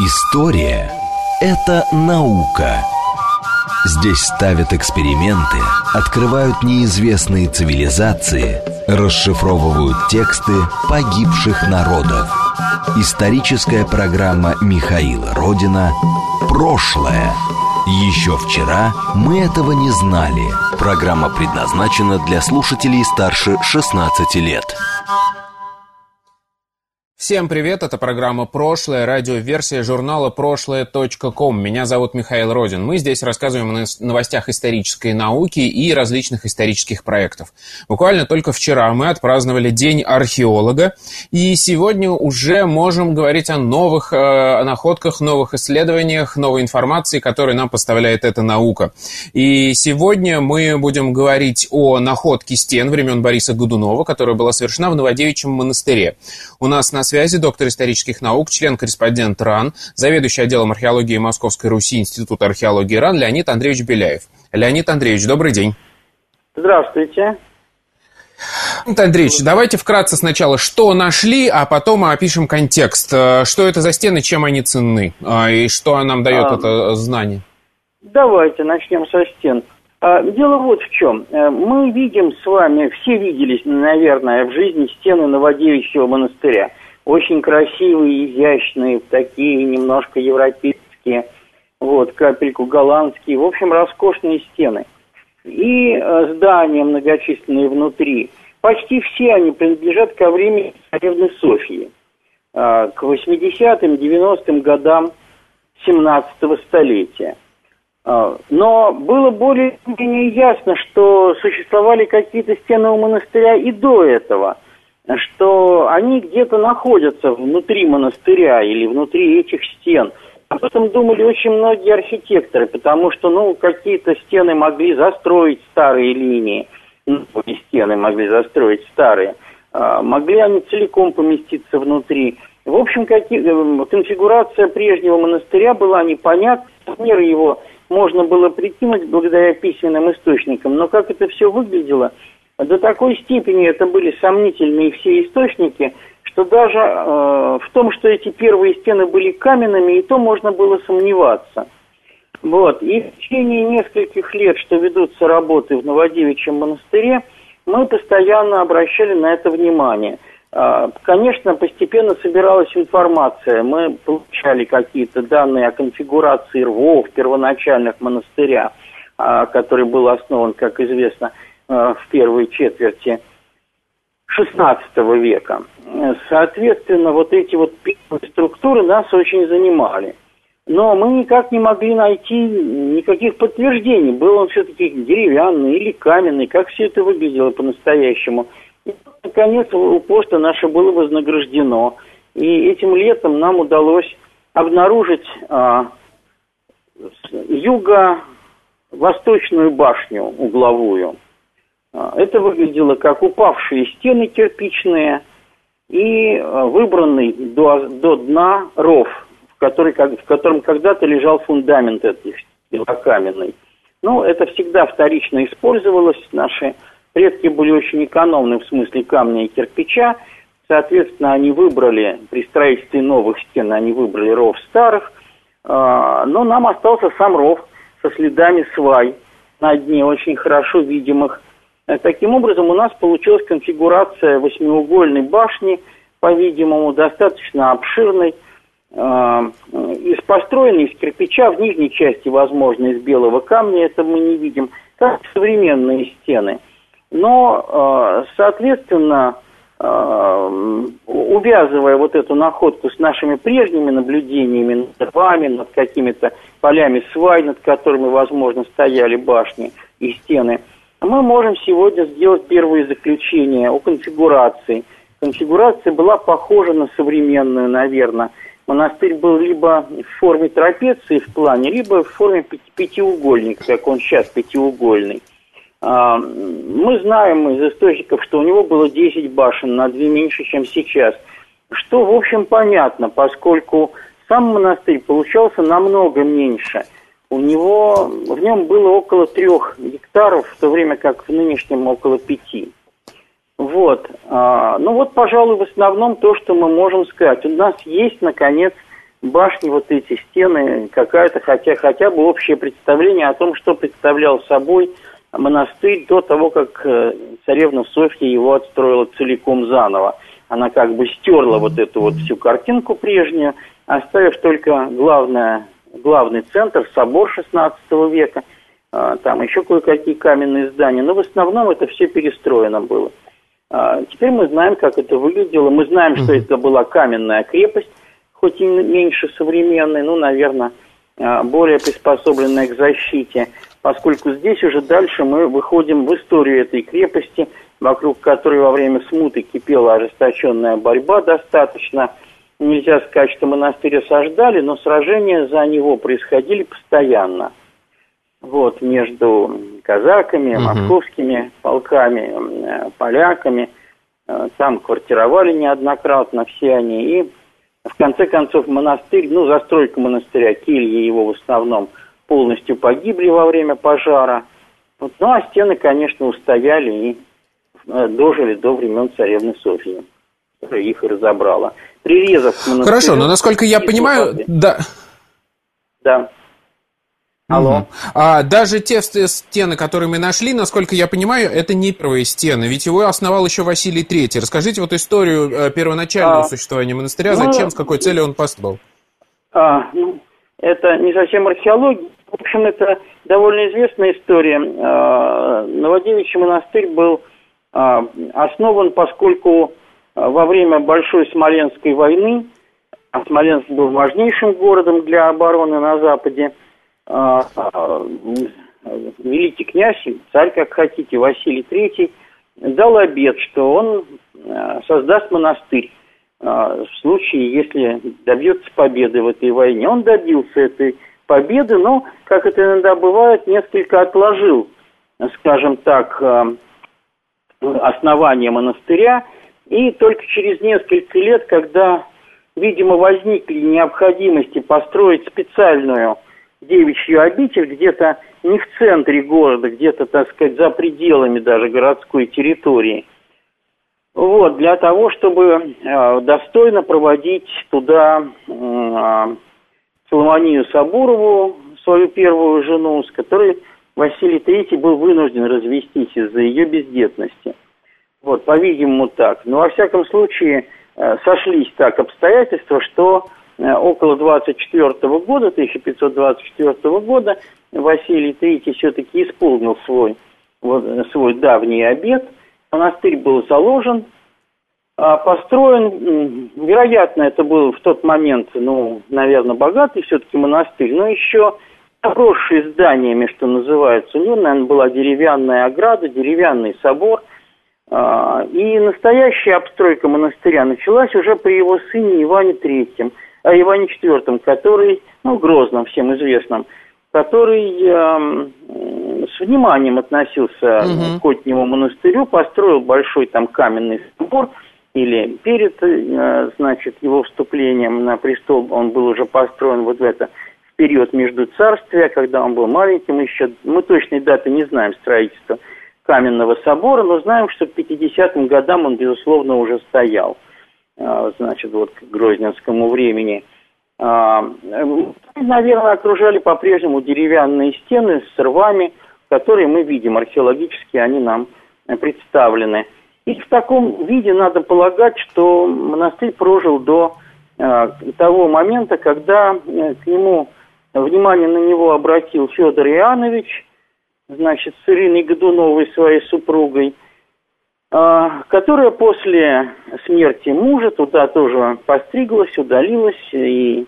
История – это наука. Здесь ставят эксперименты, открывают неизвестные цивилизации, расшифровывают тексты погибших народов. Историческая программа Михаила Родина «Прошлое». Еще вчера мы этого не знали. Программа предназначена для слушателей старше 16 лет. Всем привет, это программа «Прошлое», радиоверсия журнала прошлое.ком. Меня зовут Михаил Родин. Мы здесь рассказываем о новостях исторической науки и различных исторических проектов. Буквально только вчера мы отпраздновали День археолога, и сегодня уже можем говорить о новых находках, новых исследованиях, новой информации, которую нам поставляет эта наука. И сегодня мы будем говорить о находке стен времен Бориса Годунова, которая была совершена в Новодевичьем монастыре. У нас на связи доктор исторических наук, член-корреспондент РАН, заведующий отделом археологии Московской Руси Института археологии РАН Леонид Андреевич Беляев. Леонид Андреевич, добрый день. Здравствуйте. Леонид Андреевич, давайте вкратце сначала, что нашли, а потом опишем контекст. Что это за стены, чем они ценны, и что нам дает это знание? Давайте начнем со стен. Дело вот в чем. Мы видим с вами, все видели, наверное, в жизни стены Новодевичьего монастыря. Очень красивые, изящные, такие немножко европейские, капельку голландские. В общем, роскошные стены. И здания многочисленные внутри. Почти все они принадлежат ко времени царевны Софьи. К 80-м, 90-м годам 17-го столетия. Но было более-менее ясно, что существовали какие-то стены у монастыря и до этого, что они где-то находятся внутри монастыря или внутри этих стен. Об этом думали очень многие архитекторы, потому что, какие-то стены могли застроить старые линии, стены могли застроить старые, могли они целиком поместиться внутри. В общем, конфигурация прежнего монастыря была непонятна, размеры его можно было прикинуть благодаря письменным источникам, но как это все выглядело, до такой степени это были сомнительные все источники, что даже в том, что эти первые стены были каменными, и то можно было сомневаться. И в течение нескольких лет, что ведутся работы в Новодевичьем монастыре, мы постоянно обращали на это внимание. Конечно, постепенно собиралась информация. Мы получали какие-то данные о конфигурации рвов первоначальных монастыря, который был основан, как известно, в первой четверти XVI века. Соответственно, эти первые структуры нас очень занимали. Но мы никак не могли найти никаких подтверждений, был он все-таки деревянный или каменный, как все это выглядело по-настоящему. И, наконец, упорство наше было вознаграждено. И этим летом нам удалось обнаружить юго-восточную башню угловую. Это выглядело как упавшие стены кирпичные и выбранный до дна ров, в котором когда-то лежал фундамент этих стен, каменный. Это всегда вторично использовалось. Наши предки были очень экономны в смысле камня и кирпича. Соответственно, они выбрали, при строительстве новых стен, они выбрали ров старых. Но нам остался сам ров со следами свай на дне, очень хорошо видимых. Таким образом, у нас получилась конфигурация восьмиугольной башни, по-видимому, достаточно обширной, построенной из кирпича, в нижней части, возможно, из белого камня, это мы не видим, как современные стены. Но, соответственно, увязывая эту находку с нашими прежними наблюдениями над рвами, над какими-то полями свай, над которыми, возможно, стояли башни и стены, мы можем сегодня сделать первые заключения о конфигурации. Конфигурация была похожа на современную, наверное. Монастырь был либо в форме трапеции в плане, либо в форме пятиугольника, как он сейчас пятиугольный. Мы знаем из источников, что у него было 10 башен, на 2 меньше, чем сейчас. Что, в общем, понятно, поскольку сам монастырь получался намного меньше. В нем было около 3 гектаров, в то время как в нынешнем около 5. Пожалуй, в основном то, что мы можем сказать. У нас есть, наконец, башни, вот эти стены, какая-то хотя бы общее представление о том, что представлял собой монастырь до того, как царевна Софья его отстроила целиком заново. Она как бы стерла вот эту вот всю картинку прежнюю, оставив только главный центр, собор XVI века, там еще кое-какие каменные здания, но в основном это все перестроено было. Теперь мы знаем, как это выглядело, мы знаем, что это была каменная крепость, хоть и меньше современной, ну, наверное, более приспособленная к защите, поскольку здесь уже дальше мы выходим в историю этой крепости, вокруг которой во время смуты кипела ожесточенная борьба достаточно. Нельзя сказать, что монастырь осаждали, но сражения за него происходили постоянно. Вот, между казаками, московскими полками, поляками. Там квартировали неоднократно все они. И в конце концов монастырь, застройка монастыря, кельи его в основном полностью погибли во время пожара. Вот, а стены, конечно, устояли и дожили до времен царевны Софьи, которая их и разобрала. Прирезав к монастырю... Хорошо, но насколько я понимаю... Да. Алло. Даже те стены, которые мы нашли, насколько я понимаю, это не первые стены, ведь его основал еще Василий III. Расскажите вот историю первоначального существования монастыря, зачем, с какой целью он построил? Это не совсем археология. В общем, это довольно известная история. Новодевичий монастырь был основан, поскольку во время Большой Смоленской войны, а Смоленск был важнейшим городом для обороны на Западе, великий князь, царь, как хотите, Василий III, дал обет, что он создаст монастырь в случае, если добьется победы в этой войне. Он добился этой победы, но, как это иногда бывает, несколько отложил, скажем так, основание монастыря, и только через несколько лет, когда, видимо, возникли необходимости построить специальную девичью обитель где-то не в центре города, где-то, так сказать, за пределами даже городской территории. Вот, для того, чтобы достойно проводить туда Соломонию Сабурову, свою первую жену, с которой Василий III был вынужден развестись из-за ее бездетности. Вот, по-видимому, так. Но, во всяком случае, сошлись так обстоятельства, что около 1524 года Василий III все-таки исполнил свой давний обет. Монастырь был заложен, построен, вероятно, это был в тот момент, наверное, богатый все-таки монастырь, но еще обросший зданиями, что называется. У него, наверное, была деревянная ограда, деревянный собор. И настоящая обстройка монастыря началась уже при его сыне Иване IV, Иване IV, который, Грозном, всем известном, который с вниманием относился к Отнему монастырю, построил большой там каменный собор, или перед, его вступлением на престол он был уже построен вот в период между царствия, когда он был маленьким еще. Мы точной даты не знаем строительства каменного собора, но знаем, что к 50-м годам он, безусловно, уже стоял, к грозненскому времени. Наверное, окружали по-прежнему деревянные стены с рвами, которые мы видим, археологически они нам представлены. И в таком виде надо полагать, что монастырь прожил до того момента, когда к нему внимание на него обратил Федор Иоаннович, с Ириной Годуновой, своей супругой, которая после смерти мужа туда тоже постриглась, удалилась, и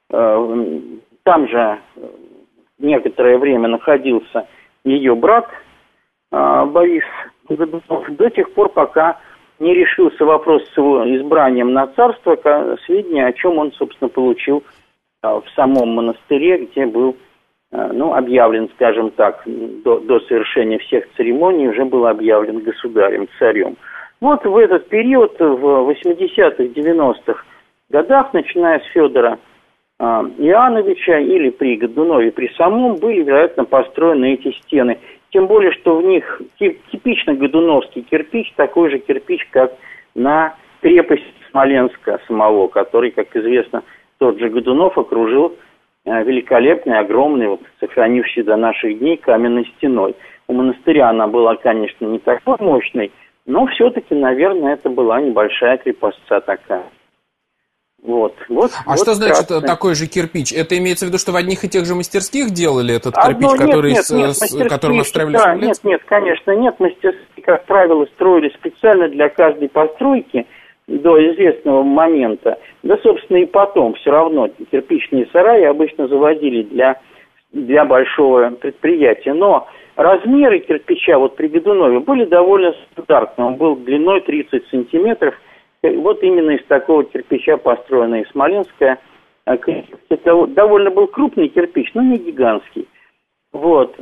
там же некоторое время находился ее брат Борис Годунов, до тех пор, пока не решился вопрос с его избранием на царство, сведения о чем он, собственно, получил в самом монастыре, где был объявлен, скажем так, до совершения всех церемоний уже был объявлен государем, царем. Вот в этот период, в 80-х, 90-х годах, начиная с Федора Иоанновича или при Годунове, при самом, были, вероятно, построены эти стены. Тем более, что в них типично годуновский кирпич, такой же кирпич, как на крепость Смоленска самого, который, как известно, тот же Годунов окружил великолепной, огромной, вот, сохранившей до наших дней каменной стеной. У монастыря она была, конечно, не такой мощной, но все-таки, наверное, это была небольшая крепостца такая. Вот что значит такой же кирпич? Это имеется в виду, что в одних и тех же мастерских делали этот кирпич, которым отстраивали смоленск? Нет, конечно, нет. Мастерские, как правило, строили специально для каждой постройки до известного момента. Да, собственно, и потом все равно кирпичные сараи обычно заводили для большого предприятия. Но размеры кирпича вот при Годунове были довольно стандартные. Он был длиной 30 сантиметров. Вот именно из такого кирпича построена и Смоленская. Это довольно был крупный кирпич, но не гигантский. Вот.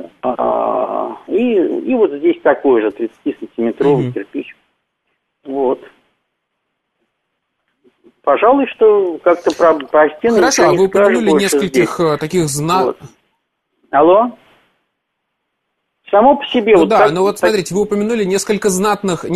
И вот здесь такой же 30-сантиметровый кирпич. Вот. Пожалуй, что как-то про стены... Хорошо, а вы упомянули нескольких таких знаков... Вот. Алло? Само по себе... Ну вот да, но вот смотрите, вы упомянули несколько знатных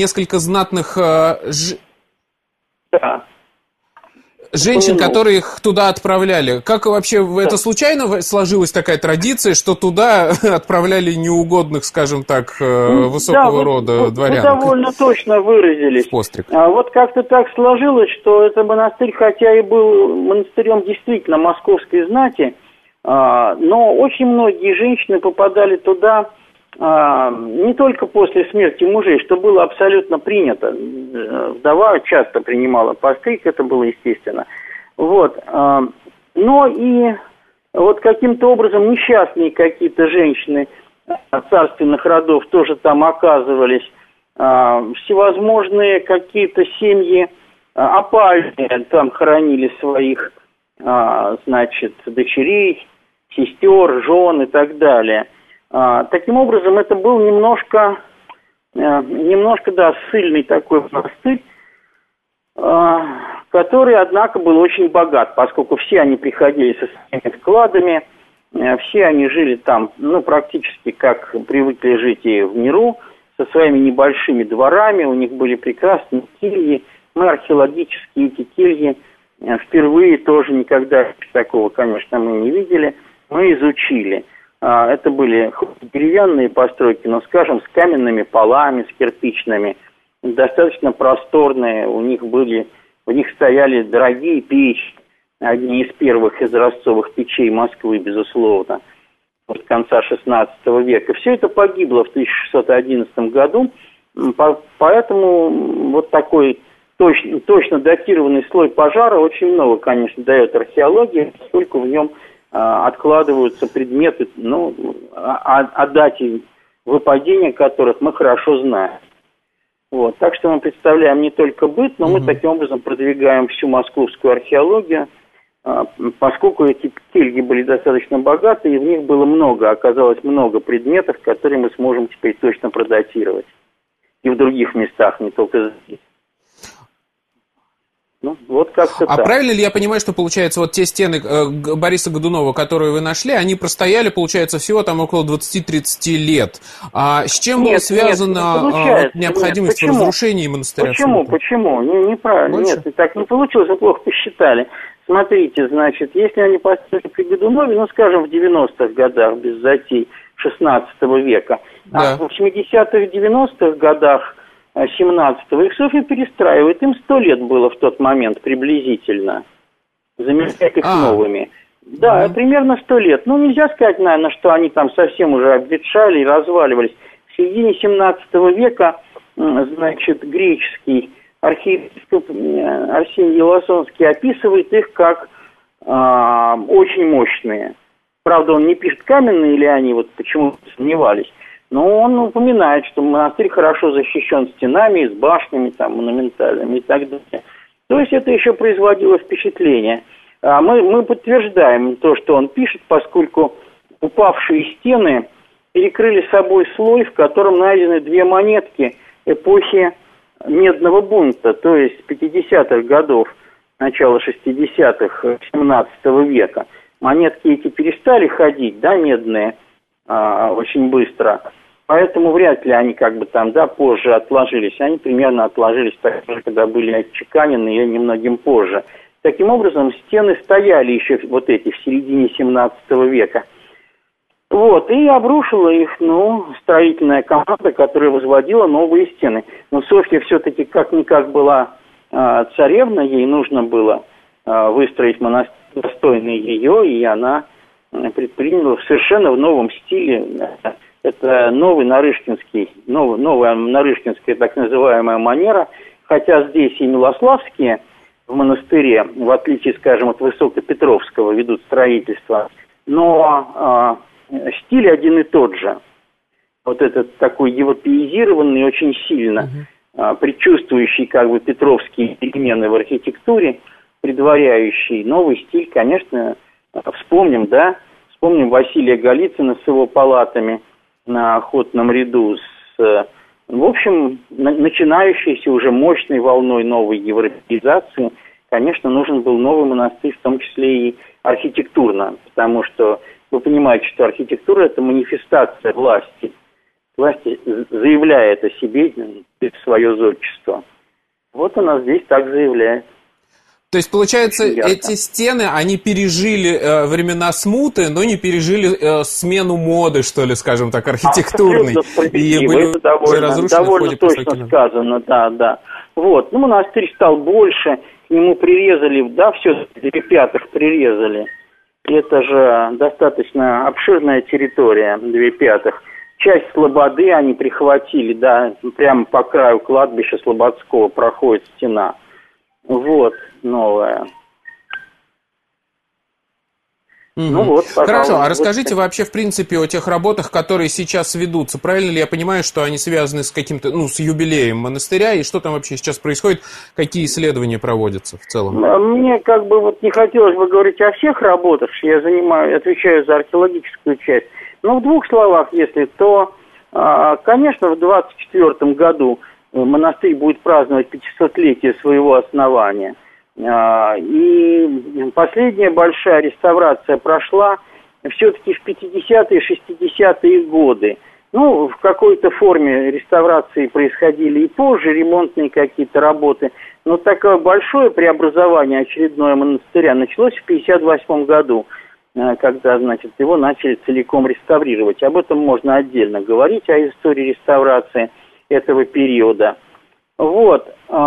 Да. женщин, которые их туда отправляли. Как вообще это случайно сложилась такая традиция, что туда отправляли неугодных, скажем так, высокого рода дворян? Вы довольно точно выразились. Вот как-то так сложилось, что этот монастырь, хотя и был монастырем действительно московской знати, но очень многие женщины попадали туда не только после смерти мужей, что было абсолютно принято. Вдова часто принимала постриг, это было естественно. Вот. Но и вот каким-то образом несчастные какие-то женщины царственных родов тоже там оказывались. Всевозможные какие-то семьи опальные там хоронили своих, значит, дочерей, сестер, жен и так далее. Таким образом, это был немножко, да, ссыльный такой монастырь, который, однако, был очень богат, поскольку все они приходили со своими вкладами, все они жили там, ну, практически как привыкли жить и в миру, со своими небольшими дворами, у них были прекрасные кельи. Мы археологически эти кельи впервые тоже никогда такого, конечно, мы не видели, мы изучили. Это были деревянные постройки, но, скажем, с каменными полами, с кирпичными, достаточно просторные. У них стояли дорогие печи, одни из первых изразцовых печей Москвы, безусловно, от конца XVI века. Все это погибло в 1611 году, поэтому вот такой точно датированный слой пожара очень много, конечно, дает археология, поскольку в нем откладываются предметы, ну, о дате выпадения которых мы хорошо знаем. Вот. Так что мы представляем не только быт, но мы таким образом продвигаем всю московскую археологию, поскольку эти кельи были достаточно богаты, и в них было оказалось много предметов, которые мы сможем теперь точно продатировать. И в других местах, не только здесь. Ну, вот как-то так. Правильно ли я понимаю, что, получается, вот те стены Бориса Годунова, которые вы нашли, они простояли, получается, всего там около 20-30 лет. А с чем была связана необходимость в разрушении монастыря? Почему? Неправильно. Больше? Нет, так не получилось, вы плохо посчитали. Смотрите, значит, если они построили при Годунове, ну, скажем, в 90-х годах, без затей, 16 века, а в 80-х, 90-х годах 17-го их Софья перестраивает. Им 100 лет было в тот момент приблизительно. Заменяет их новыми. Да, примерно 100 лет. Ну, нельзя сказать, наверное, что они там совсем уже обветшали и разваливались. В середине 17 века, значит, греческий архиепископ Арсений Еласонский описывает их как очень мощные. Правда, он не пишет, каменные ли они, вот почему сомневались. Но он упоминает, что монастырь хорошо защищен стенами, с башнями там, монументальными и так далее. То есть это еще производило впечатление. Мы подтверждаем то, что он пишет, поскольку упавшие стены перекрыли собой слой, в котором найдены две монетки эпохи Медного бунта, то есть 50-х годов, начала 60-х 17 века. Монетки эти перестали ходить, да, медные, очень быстро. Поэтому вряд ли они как бы там, да, позже отложились. Они примерно отложились так же, когда были отчеканены, или немногим позже. Таким образом, стены стояли еще вот эти в середине 17 века. Вот, и обрушила их, строительная команда, которая возводила новые стены. Но Софья все-таки как-никак была царевна, ей нужно было выстроить монастырь достойный ее, и она предприняла совершенно в новом стиле. Это новая нарышкинская так называемая манера, хотя здесь и милославские в монастыре, в отличие, скажем, от Высокопетровского, ведут строительство, но стиль один и тот же. Вот этот такой европеизированный, очень сильно предчувствующий как бы петровские перемены в архитектуре, предваряющий новый стиль, конечно, вспомним Василия Голицына с его палатами на Охотном ряду, в общем, начинающейся уже мощной волной новой европеизации. Конечно, нужен был новый монастырь, в том числе и архитектурно, потому что вы понимаете, что архитектура – это манифестация власти. Власть заявляет о себе, свое зодчество. Вот она здесь так заявляет. То есть, получается, эти стены, они пережили времена смуты, но не пережили смену моды, что ли, скажем так, архитектурной. И были это довольно точно сказано, да. Вот, монастырь стал больше, к нему прирезали, все-таки 2 пятых прирезали. Это же достаточно обширная территория, 2 пятых. Часть слободы они прихватили, прямо по краю кладбища Слободского проходит стена. Вот, новая. Хорошо, а расскажите вообще, в принципе, о тех работах, которые сейчас ведутся. Правильно ли я понимаю, что они связаны с каким-то, с юбилеем монастыря, и что там вообще сейчас происходит, какие исследования проводятся в целом? Мне не хотелось бы говорить о всех работах, я отвечаю за археологическую часть. Но в 2 словах, если, то, конечно, в 24 году монастырь будет праздновать 500-летие своего основания. И последняя большая реставрация прошла все-таки в 50-е, 60-е годы. В какой-то форме реставрации происходили и позже, ремонтные какие-то работы. Но такое большое преобразование очередное монастыря началось в 58 году, когда, его начали целиком реставрировать. Об этом можно отдельно говорить, о истории реставрации этого периода. Вот,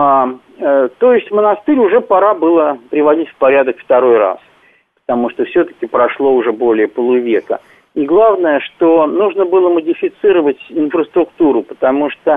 то есть монастырь уже пора было приводить в порядок 2-й раз, потому что все-таки прошло уже более полувека. И главное, что нужно было модифицировать инфраструктуру, потому что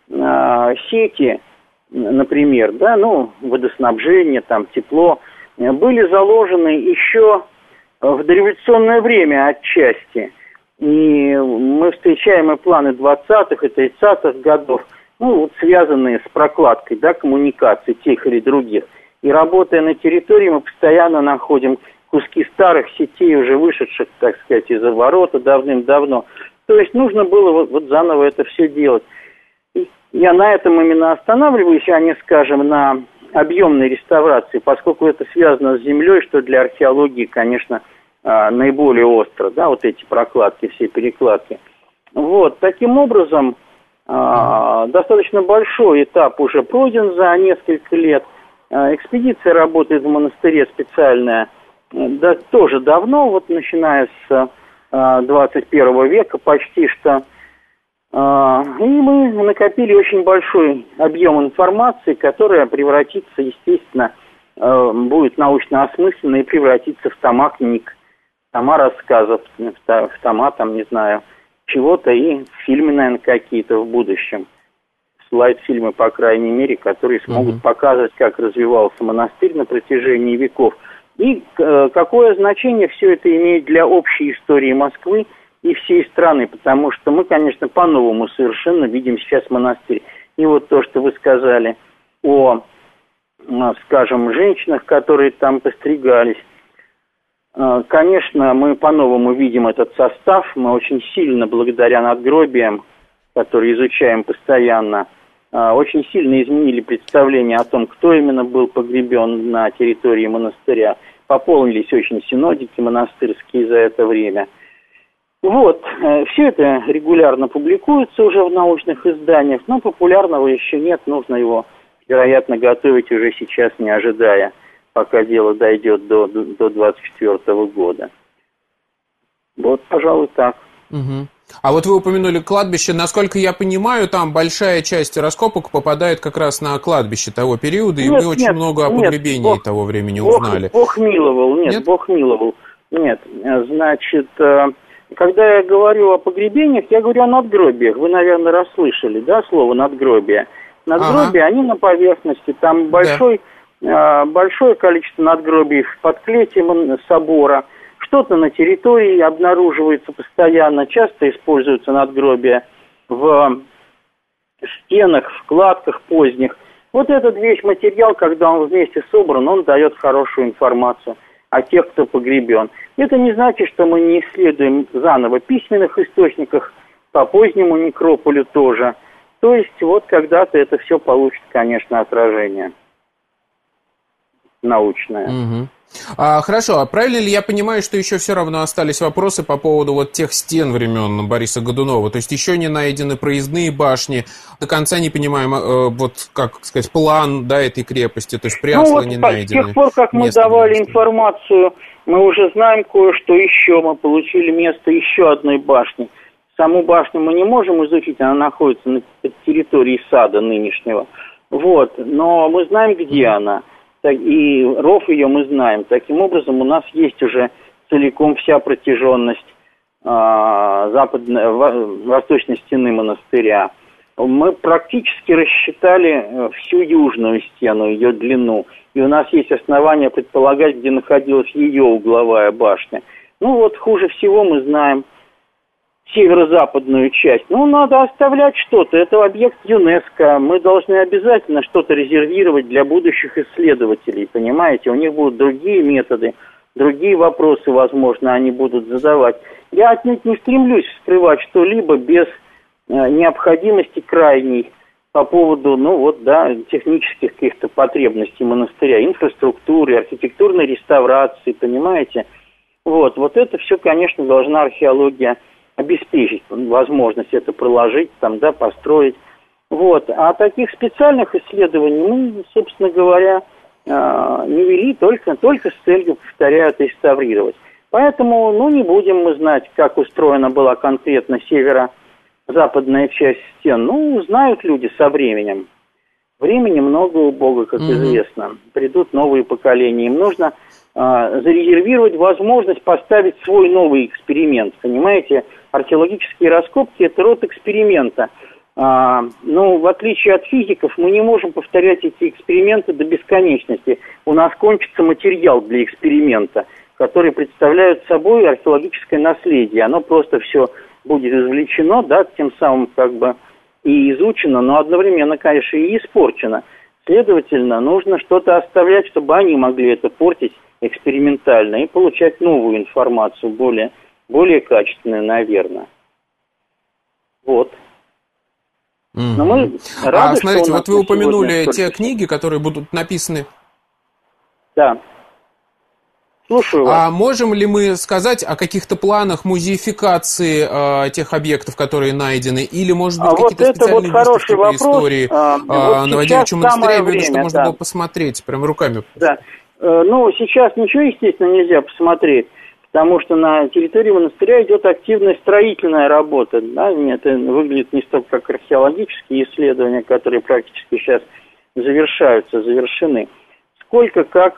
сети, например, водоснабжение, тепло, были заложены еще в дореволюционное время отчасти. И мы встречаем и планы 20-х и 30-х годов, связанные с прокладкой, коммуникаций тех или других. И работая на территории, мы постоянно находим куски старых сетей, уже вышедших, так сказать, из оборота давным-давно. То есть нужно было заново это все делать. И я на этом именно останавливаюсь, а не, скажем, на объемной реставрации, поскольку это связано с землей, что для археологии, конечно, наиболее остро, эти прокладки, все перекладки. Вот, таким образом, достаточно большой этап уже пройден за несколько лет. Экспедиция работает в монастыре специальная, тоже давно, начиная с 21 века почти что. И мы накопили очень большой объем информации, которая превратится, естественно, будет научно осмысленно и превратится в тома книг, тома рассказов, в тома, чего-то, и фильмы, наверное, какие-то в будущем. Слайд-фильмы, по крайней мере, которые смогут показывать, как развивался монастырь на протяжении веков. И какое значение все это имеет для общей истории Москвы и всей страны, потому что мы, конечно, по-новому совершенно видим сейчас монастырь. И вот то, что вы сказали о, скажем, женщинах, которые там постригались, конечно, мы по-новому видим этот состав. Мы очень сильно, благодаря надгробиям, которые изучаем постоянно, очень сильно изменили представление о том, кто именно был погребен на территории монастыря. Пополнились очень синодики монастырские за это время. Вот, все это регулярно публикуется уже в научных изданиях, но популярного еще нет, нужно его, вероятно, готовить уже сейчас, не ожидая пока дело дойдет до 24 года. Вот, пожалуй, так. Угу. А вот вы упомянули кладбище. Насколько я понимаю, там большая часть раскопок попадает как раз на кладбище того периода, и мы очень много о погребении того времени узнали. Бог миловал, нет, Бог миловал. Нет, значит, когда я говорю о погребениях, я говорю о надгробиях. Вы, наверное, расслышали, да, слово надгробие. Надгробия, они на поверхности, там большое количество надгробий в подклете собора. Что-то на территории обнаруживается постоянно, часто используются надгробия в стенах, в кладках поздних. Вот этот весь материал, когда он вместе собран, он дает хорошую информацию о тех, кто погребен. Это не значит, что мы не исследуем заново в письменных источниках, по позднему некрополю тоже. То есть вот когда-то это все получит, конечно, отражение научное. Угу. Хорошо, а правильно ли я понимаю, что еще все равно остались вопросы по поводу вот тех стен времен Бориса Годунова? То есть еще не найдены проездные башни, до конца не понимаем, вот как сказать, план, да, этой крепости, то есть приасла не найдены. С тех пор, как мы давали информацию, мы уже знаем кое-что еще, мы получили место еще одной башни. Саму башню мы не можем изучить, она находится на территории сада нынешнего. Вот, но мы знаем, где она. И ров ее мы знаем. Таким образом, у нас есть уже целиком вся протяженность восточной стены монастыря. Мы практически рассчитали всю южную стену, ее длину. И у нас есть основания предполагать, где находилась ее угловая башня. Ну вот, хуже всего мы знаем северо-западную часть. Ну, надо оставлять что-то. Это объект ЮНЕСКО. Мы должны обязательно что-то резервировать для будущих исследователей, понимаете? У них будут другие методы, другие вопросы, возможно, они будут задавать. Я отнюдь не стремлюсь скрывать что-либо без необходимости крайней по поводу, технических каких-то потребностей монастыря, инфраструктуры, архитектурной реставрации, понимаете? Вот это все, конечно, должна археология обеспечить возможность это проложить, построить. Вот. А таких специальных исследований мы, собственно говоря, не вели только с целью, повторяю, реставрировать. Поэтому, не будем мы знать, как устроена была конкретно северо-западная часть стен. Знают люди со временем. Времени много у Бога, как известно. Придут новые поколения. Им нужно зарезервировать возможность поставить свой новый эксперимент. Понимаете, археологические раскопки – это род эксперимента. В отличие от физиков, мы не можем повторять эти эксперименты до бесконечности. У нас кончится материал для эксперимента, который представляет собой археологическое наследие. Оно просто все будет извлечено, тем самым и изучено, но одновременно, конечно, и испорчено. Следовательно, нужно что-то оставлять, чтобы они могли это портить экспериментально и получать новую информацию, более качественную, наверное. Вот. Но мы рады, смотрите, вот вы упомянули те книги, которые будут написаны. Да. Слушаю вас. А можем ли мы сказать о каких-то планах музеификации тех объектов, которые найдены? Или, может быть, какие-то специальные выставки по истории Новодевичьего монастыря, что можно было посмотреть прямо руками? Да. Сейчас ничего, естественно, нельзя посмотреть, потому что на территории монастыря идет активная строительная работа. Да? Это выглядит не столько как археологические исследования, которые практически сейчас завершены, сколько как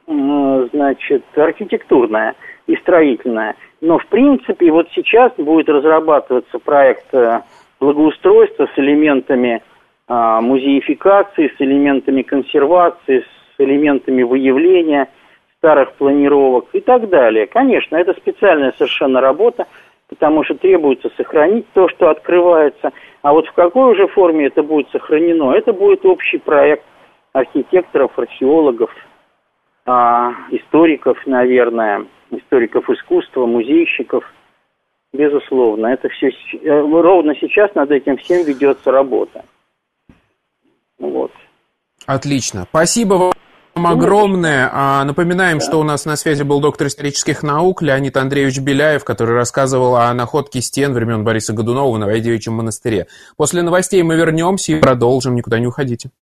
архитектурная и строительная. Но, в принципе, вот сейчас будет разрабатываться проект благоустройства с элементами музеификации, с элементами консервации, с элементами выявления старых планировок и так далее. Конечно, это специальная совершенно работа, потому что требуется сохранить то, что открывается. А вот в какой уже форме это будет сохранено? Это будет общий проект архитекторов, археологов, историков, наверное, историков искусства, музейщиков, безусловно. Это все ровно сейчас над этим всем ведется работа. Вот. Отлично. Спасибо вам огромное. Напоминаем, что у нас на связи был доктор исторических наук Леонид Андреевич Беляев, который рассказывал о находке стен времен Бориса Годунова в Новодевичьем монастыре. После новостей мы вернемся и продолжим. Никуда не уходите.